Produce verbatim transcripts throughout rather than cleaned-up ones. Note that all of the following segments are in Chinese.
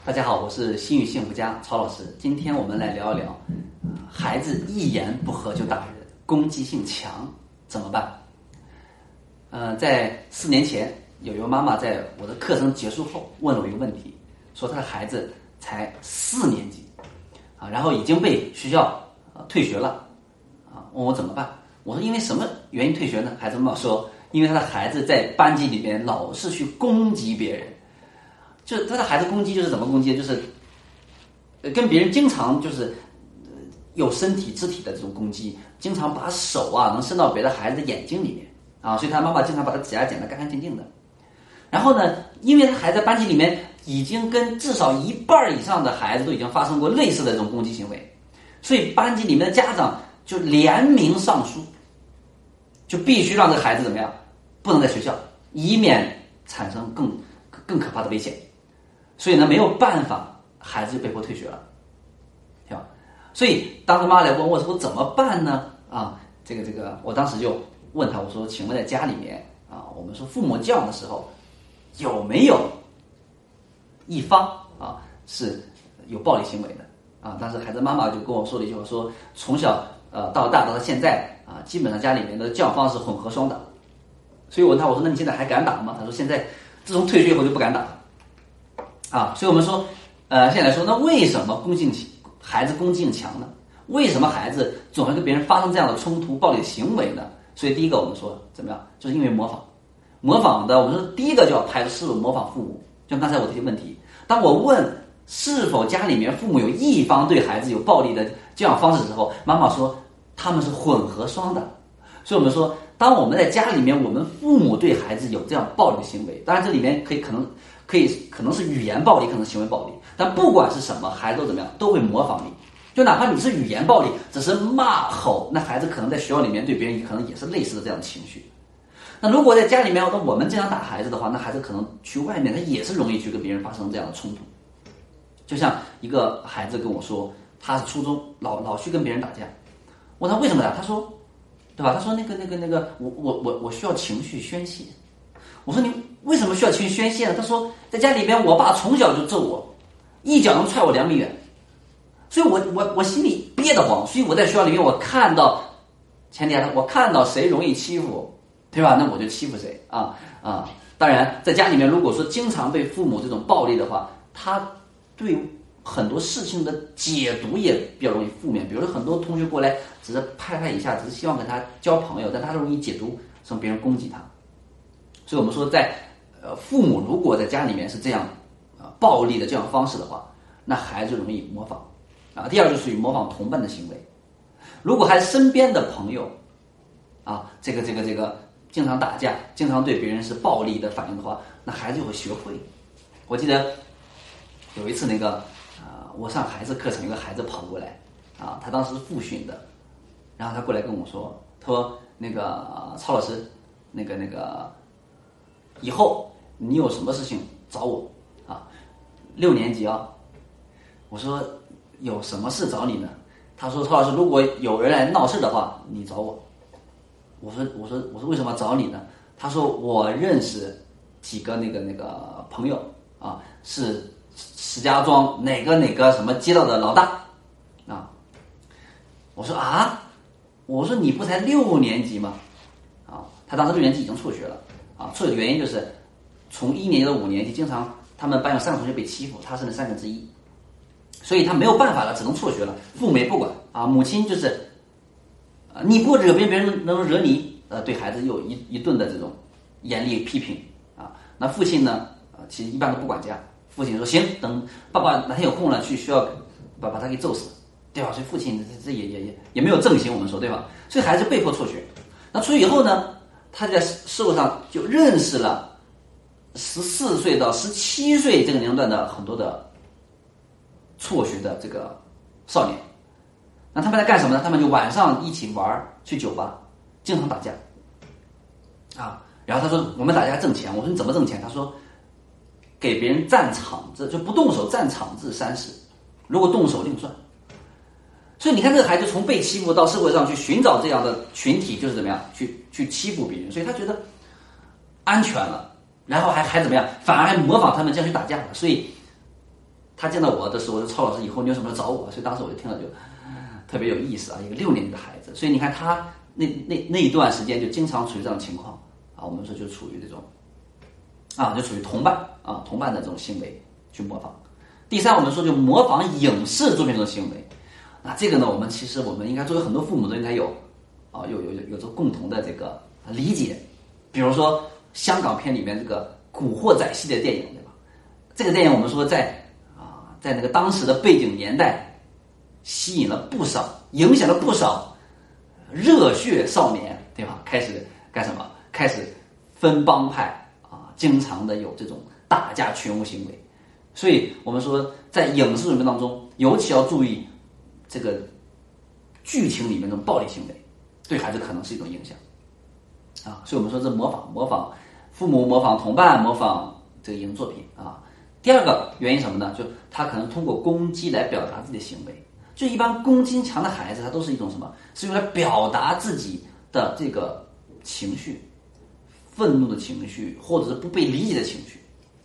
大家好，我是心语幸福家曹老师。今天我们来聊一聊，孩子一言不合就打人，攻击性强怎么办？呃，在四年前，有一位妈妈在我的课程结束后问了我一个问题，说她的孩子才四年级，啊，然后已经被学校呃退学了，啊，问我怎么办？我说因为什么原因退学呢？孩子妈妈说，因为他的孩子在班级里面老是去攻击别人。就是他的孩子攻击就是怎么攻击，就是跟别人经常就是有身体肢体的这种攻击，经常把手啊能伸到别的孩子的眼睛里面啊，所以他妈妈经常把他指甲剪得干干净净的。然后呢，因为他孩子在班级里面已经跟至少一半以上的孩子都已经发生过类似的这种攻击行为，所以班级里面的家长就联名上书，就必须让这个孩子怎么样，不能在学校，以免产生更更可怕的危险。所以呢，没有办法，孩子就被迫退学了，对吧？所以当时妈妈来问我说怎么办呢？啊，这个这个，我当时就问他，我说，请问在家里面啊，我们说父母教养的时候，有没有一方啊是有暴力行为的啊？当时孩子妈妈就跟我说了一句话，说从小呃到大到现在啊，基本上家里面的教养方式混合双打。所以我问他，我说那你现在还敢打吗？他说现在自从退学以后就不敢打了。啊，所以我们说，呃，现在来说，那为什么攻击孩子攻击性强呢？为什么孩子总会跟别人发生这样的冲突、暴力行为呢？所以第一个我们说怎么样，就是因为模仿，模仿的我们说第一个就要排除是否模仿父母。就刚才我提的问题，当我问是否家里面父母有一方对孩子有暴力的教养方式的时候，妈妈说他们是混合双的。所以我们说，当我们在家里面，我们父母对孩子有这样暴力的行为，当然这里面可以可能。可以可能是语言暴力，可能是行为暴力，但不管是什么，孩子都怎么样，都会模仿你。就哪怕你是语言暴力，只是骂吼，那孩子可能在学校里面对别人可能也是类似的这样的情绪。那如果在家里面，那我们经常打孩子的话，那孩子可能去外面，他也是容易去跟别人发生这样的冲突。就像一个孩子跟我说，他是初中老老去跟别人打架，问他为什么打，他说，对吧？他说那个那个那个，我我我我需要情绪宣泄。我说你为什么需要情绪宣泄呢？他说在家里边，我爸从小就揍我，一脚能踹我两米远，所以我我我心里憋得慌。所以我在学校里面，我看到前提下，我看到谁容易欺负，对吧？那我就欺负谁啊啊！当然，在家里面，如果说经常被父母这种暴力的话，他对很多事情的解读也比较容易负面。比如说，很多同学过来只是拍他一下，只是希望跟他交朋友，但他容易解读成别人攻击他。所以我们说在，呃，父母如果在家里面是这样，啊、呃，暴力的这样方式的话，那孩子就容易模仿，啊。第二就属于模仿同伴的行为。如果孩子身边的朋友，啊，这个这个这个经常打架，经常对别人是暴力的反应的话，那孩子就会学会。我记得有一次那个，啊、呃，我上孩子课程，有个孩子跑过来，啊，他当时是复训的，然后他过来跟我说，他说那个、呃、曹老师，那个那个。以后你有什么事情找我啊？六年级啊，我说有什么事找你呢？他说曹老师，如果有人来闹事的话，你找我。我说我说我说为什么要找你呢？他说我认识几个那个那个朋友啊，是石家庄哪个哪个什么街道的老大啊。我说啊，我说你不才六年级吗？啊，他当时六年级已经辍学了。啊，辍学的原因就是从一年级到五年级，经常他们班有三个同学被欺负，他是那三个之一，所以他没有办法了，只能辍学了。父母也不管啊，母亲就是，啊，你不惹别人，别人能惹你，呃，对孩子有一一顿的这种严厉批评啊。那父亲呢，啊，其实一般都不管家，父亲说行，等爸爸哪天有空了，去学校把把他给揍死，对吧？所以父亲这这也也也也没有正形，我们说对吧？所以孩子被迫辍学。那辍学以后呢？他在社会上就认识了十四岁到十七岁这个年龄段的很多的辍学的这个少年。那他们在干什么呢？他们就晚上一起玩，去酒吧，经常打架啊。然后他说我们打架挣钱，我说你怎么挣钱？他说给别人占场子，就不动手占场子三十，如果动手另算。所以你看，这个孩子从被欺负到社会上去寻找这样的群体，就是怎么样去去欺负别人，所以他觉得安全了，然后还还怎么样，反而还模仿他们这样去打架了。所以他见到我的时候，我说曹老师以后你有什么找我，所以当时我就听了就特别有意思啊，一个六年级的孩子，所以你看他那那那一段时间就经常处于这种情况啊，我们说就处于这种啊，就处于同伴啊同伴的这种行为去模仿。第三，我们说就模仿影视作品中的行为，那这个呢，我们其实我们应该作为很多父母都应该有啊有有有有着共同的这个理解，比如说香港片里面这个古惑仔系列电影，对吧？这个电影我们说在啊在那个当时的背景年代，吸引了不少，影响了不少热血少年，对吧？开始干什么？开始分帮派啊，经常的有这种打架群殴行为。所以我们说，在影视作品当中，尤其要注意这个剧情里面的暴力行为，对孩子可能是一种影响啊。所以我们说这模仿，模仿父母，模仿同伴，模仿这个影视作品啊。第二个原因什么呢？就他可能通过攻击来表达自己的行为。就一般攻击强的孩子，他都是一种什么？是用来表达自己的这个情绪，愤怒的情绪，或者是不被理解的情绪。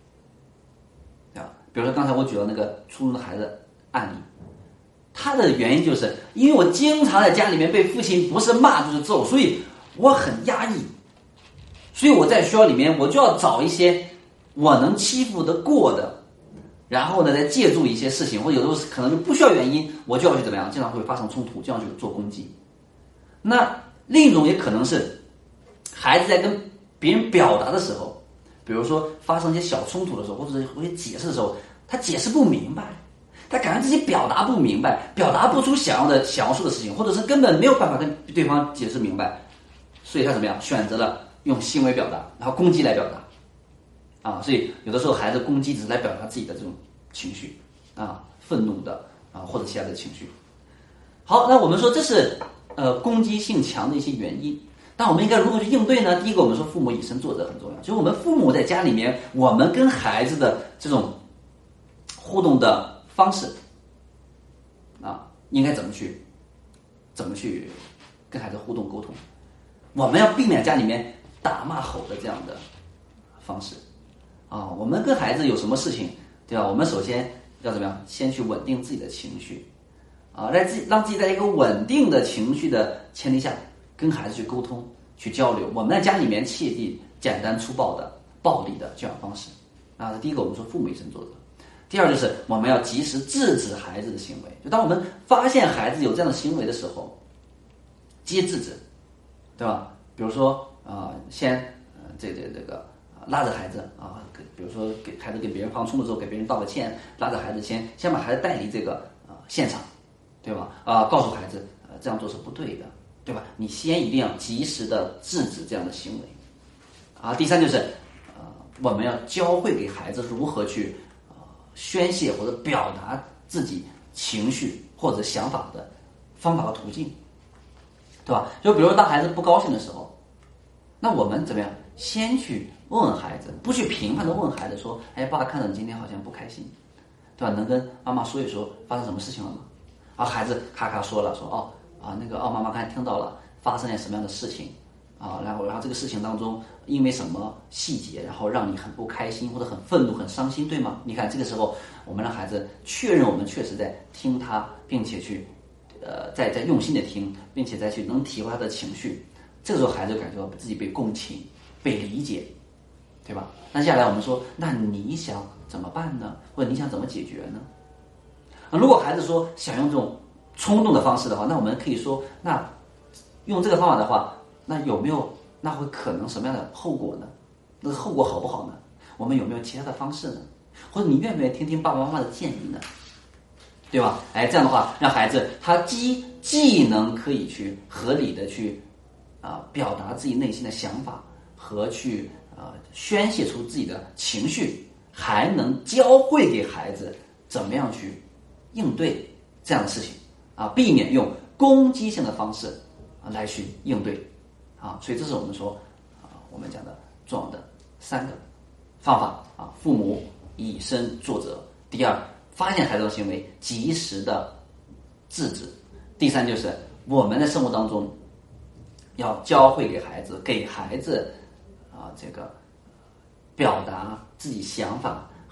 比如说刚才我举了那个初中的孩子案例，他的原因就是因为我经常在家里面被父亲不是骂就是揍，所以我很压抑，所以我在学校里面我就要找一些我能欺负得过的，然后呢再借助一些事情，或者有的时候可能就不需要原因，我就要去怎么样，经常会发生冲突，这样去做攻击。那另一种也可能是孩子在跟别人表达的时候，比如说发生一些小冲突的时候，或者是有些解释的时候，他解释不明白，他感觉自己表达不明白，表达不出想要的想要说的事情，或者是根本没有办法跟对方解释明白，所以他怎么样选择了用行为表达，然后攻击来表达啊。所以有的时候孩子攻击只是来表达自己的这种情绪啊，愤怒的啊或者其他的情绪。好，那我们说这是呃攻击性强的一些原因。那我们应该如何去应对呢？第一个，我们说父母以身作则很重要，就是我们父母在家里面，我们跟孩子的这种互动的方式啊，应该怎么去怎么去跟孩子互动沟通？我们要避免家里面打骂吼的这样的方式啊。我们跟孩子有什么事情，对吧？我们首先要怎么样？先去稳定自己的情绪啊，让自己让自己在一个稳定的情绪的前提下，跟孩子去沟通、去交流。我们在家里面切忌简单粗暴的、暴力的教养方式啊。第一个，我们说父母以身作则。第二，就是我们要及时制止孩子的行为。就当我们发现孩子有这样的行为的时候，及时制止，对吧？比如说啊、呃，先呃这这这个拉着孩子啊，比如说给孩子跟别人发生冲突之后，给别人道个歉，拉着孩子先先把孩子带离这个啊、呃、现场，对吧？啊、呃，告诉孩子呃这样做是不对的。对吧？你先一定要及时的制止这样的行为，啊，第三就是，呃，我们要教会给孩子如何去呃宣泄或者表达自己情绪或者想法的方法和途径，对吧？就比如说当孩子不高兴的时候，那我们怎么样？先去问问孩子，不去评判的问孩子说，哎，爸，看到你今天好像不开心，对吧？能跟妈妈说一说发生什么事情了吗？啊，孩子咔咔说了，说哦。啊，那个哦，妈妈刚才听到了发生了什么样的事情啊？然后，然后这个事情当中，因为什么细节，然后让你很不开心或者很愤怒、很伤心，对吗？你看这个时候，我们让孩子确认我们确实在听他，并且去，呃，在在用心的听，并且再去能体会他的情绪。这个时候，孩子感觉到自己被共情、被理解，对吧？那接下来我们说，那你想怎么办呢？或者你想怎么解决呢？如果孩子说想用这种冲动的方式的话，那我们可以说，那用这个方法的话，那有没有那会可能什么样的后果呢？那个后果好不好呢？我们有没有其他的方式呢？或者你愿不愿意听听爸爸妈妈的建议呢？对吧？哎，这样的话，让孩子他既既能可以去合理的去啊、呃、表达自己内心的想法和去啊、呃、宣泄出自己的情绪，还能教会给孩子怎么样去应对这样的事情。啊，避免用攻击性的方式啊来去应对啊，所以这是我们说啊我们讲的重要的三个方法啊。父母以身作则，第二，发现孩子的行为及时的制止，第三就是我们在生活当中要教会给孩子，给孩子啊这个表达自己想法和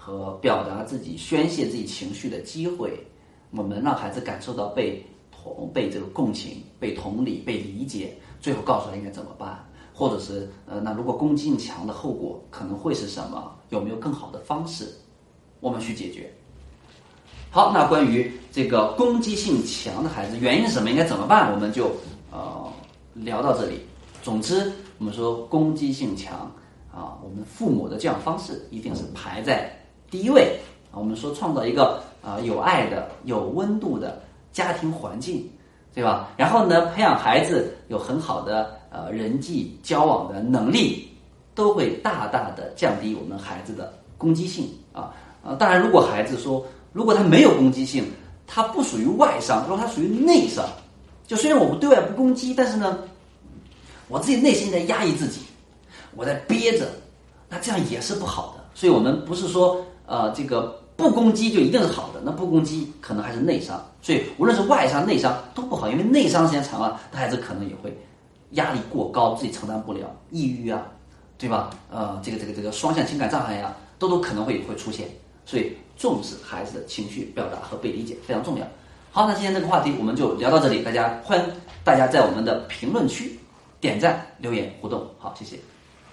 和表达自己、宣泄自己情绪的机会。我们让孩子感受到被同、被这个共情、被同理、被理解，最后告诉他应该怎么办，或者是呃，那如果攻击性强的后果可能会是什么？有没有更好的方式，我们去解决？好，那关于这个攻击性强的孩子原因是什么，应该怎么办，我们就呃聊到这里。总之，我们说攻击性强啊，我们父母的教养方式一定是排在第一位啊。我们说创造一个啊有爱的、有温度的家庭环境，对吧？然后呢，培养孩子有很好的呃人际交往的能力，都会大大的降低我们孩子的攻击性啊。呃，当然，如果孩子说，如果他没有攻击性，他不属于外伤，如果他属于内伤，就虽然我对外不攻击，但是呢，我自己内心在压抑自己，我在憋着，那这样也是不好的。所以我们不是说呃这个不攻击就一定是好的，那不攻击可能还是内伤。所以无论是外伤内伤都不好，因为内伤时间长了，孩子可能也会压力过高，自己承担不了，抑郁啊，对吧？呃，这个这个这个双向情感障碍呀、啊，都都可能会会出现。所以重视孩子的情绪表达和被理解非常重要。好，那今天这个话题我们就聊到这里，大家欢迎大家在我们的评论区点赞、留言、互动。好，谢谢。